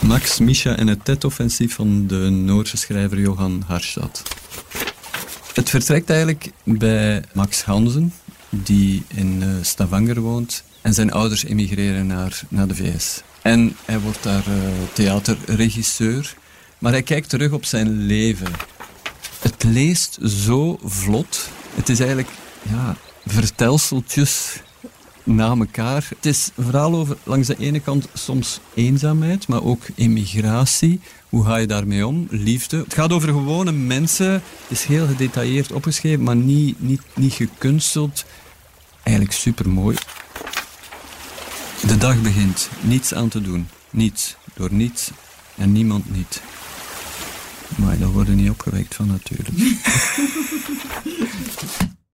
Max, Misha en het TED-offensief van de Noorse schrijver Johan Harstad. Het vertrekt eigenlijk bij Max Hansen, die in Stavanger woont. En zijn ouders emigreren naar de VS. En hij wordt daar theaterregisseur. Maar hij kijkt terug op zijn leven. Het leest zo vlot. Het is eigenlijk vertelseltjes na elkaar. Het is een verhaal over langs de ene kant soms eenzaamheid, maar ook emigratie. Hoe ga je daarmee om? Liefde. Het gaat over gewone mensen. Het is heel gedetailleerd opgeschreven, maar niet gekunsteld. Eigenlijk supermooi. De dag begint. Niets aan te doen. Niets. Door niets en niemand niet. Maar daar worden niet opgewekt van natuurlijk.